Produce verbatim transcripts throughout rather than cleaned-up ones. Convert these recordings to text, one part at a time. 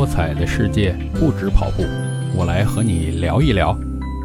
多彩的世界不止跑步，我来和你聊一聊。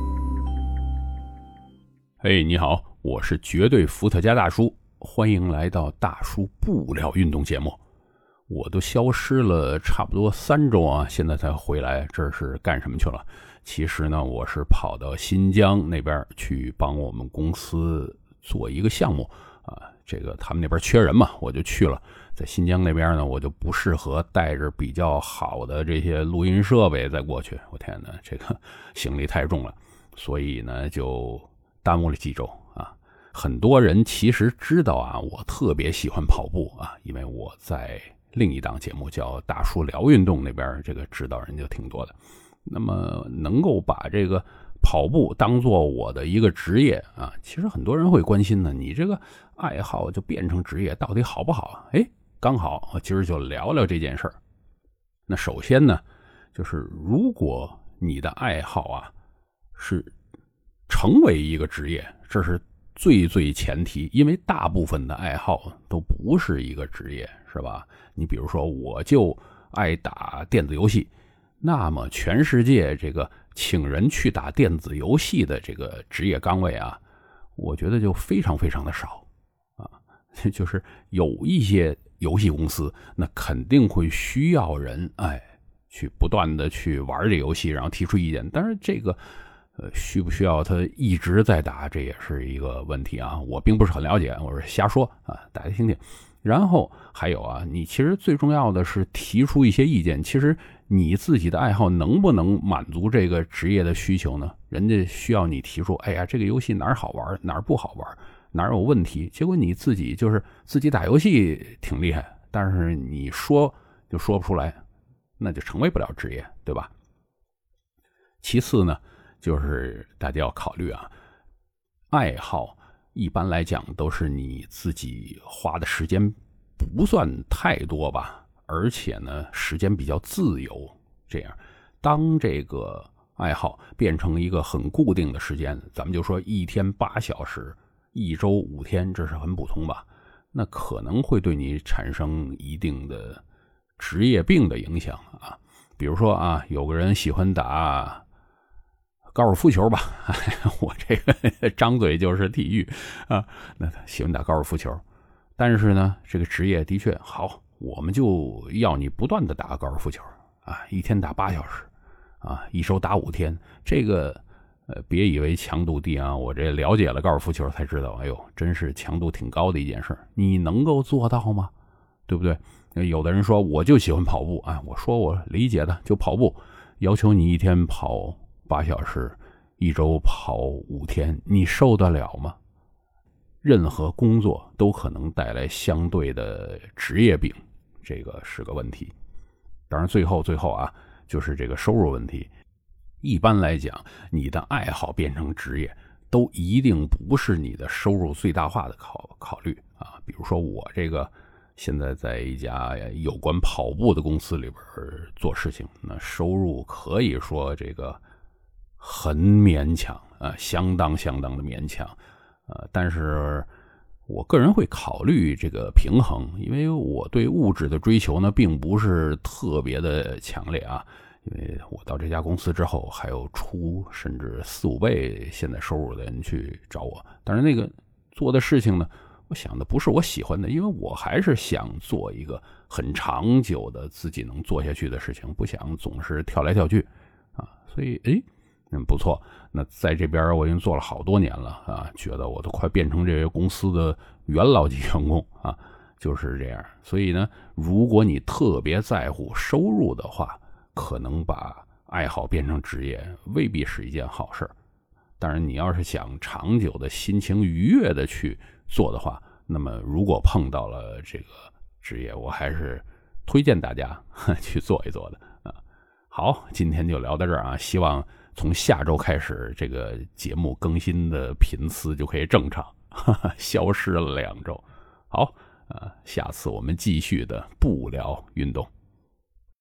嘿，你好，我是绝对伏特加大叔，欢迎来到大叔不聊运动节目。我都消失了差不多三周啊，现在才回来，这是干什么去了？其实呢，我是跑到新疆那边去帮我们公司做一个项目啊，这个他们那边缺人嘛，我就去了。在新疆那边呢，我就不适合带着比较好的这些录音设备再过去，我天哪，这个行李太重了，所以呢就耽误了几周啊。很多人其实知道啊，我特别喜欢跑步啊，因为我在另一档节目叫大叔聊运动，那边这个知道人就挺多的。那么能够把这个跑步当做我的一个职业啊，其实很多人会关心呢，你这个爱好就变成职业到底好不好？哎，刚好我今儿就聊聊这件事儿。那首先呢，就是如果你的爱好啊是成为一个职业，这是最最前提，因为大部分的爱好都不是一个职业，是吧？你比如说我就爱打电子游戏，那么全世界这个请人去打电子游戏的这个职业岗位啊，我觉得就非常非常的少啊。就是有一些游戏公司那肯定会需要人哎去不断的去玩这游戏，然后提出意见，但是这个呃需不需要他一直在打，这也是一个问题啊。我并不是很了解，我是瞎说啊，大家听听。然后还有啊，你其实最重要的是提出一些意见，其实你自己的爱好能不能满足这个职业的需求呢？人家需要你提出，哎呀，这个游戏哪儿好玩，哪儿不好玩，哪儿有问题，结果你自己就是自己打游戏挺厉害，但是你说就说不出来，那就成为不了职业，对吧？其次呢，就是大家要考虑啊，爱好一般来讲都是你自己花的时间不算太多吧，而且呢时间比较自由，这样当这个爱好变成一个很固定的时间，咱们就说一天八小时，一周五天，这是很普通吧，那可能会对你产生一定的职业病的影响啊。比如说啊，有个人喜欢打高尔夫球吧，我这个张嘴就是体育啊，那他喜欢打高尔夫球，但是呢，这个职业的确好，我们就要你不断的打高尔夫球啊，一天打八小时啊，一周打五天，这个呃，别以为强度低啊，我这了解了高尔夫球才知道，哎呦，真是强度挺高的一件事，你能够做到吗？对不对？有的人说我就喜欢跑步啊，我说我理解的，就跑步，要求你一天跑八小时，一周跑五天，你受得了吗？任何工作都可能带来相对的职业病，这个是个问题。当然最后最后啊，就是这个收入问题。一般来讲，你的爱好变成职业，都一定不是你的收入最大化的考考虑啊。比如说我这个现在在一家有关跑步的公司里边做事情，那收入可以说这个很勉强啊，相当相当的勉强啊。但是我个人会考虑这个平衡，因为我对物质的追求呢，并不是特别的强烈啊。因为我到这家公司之后，还有出甚至四五倍现在收入的人去找我，但是那个做的事情呢，我想的不是我喜欢的，因为我还是想做一个很长久的自己能做下去的事情，不想总是跳来跳去啊。所以诶嗯，不错，那在这边我已经做了好多年了啊，觉得我都快变成这个公司的元老级员工啊，就是这样。所以呢，如果你特别在乎收入的话，可能把爱好变成职业未必是一件好事。当然你要是想长久的心情愉悦的去做的话，那么如果碰到了这个职业，我还是推荐大家去做一做的啊。好，今天就聊到这儿啊，希望从下周开始这个节目更新的频次就可以正常，哈哈，消失了两周。好，呃，下次我们继续的不聊运动。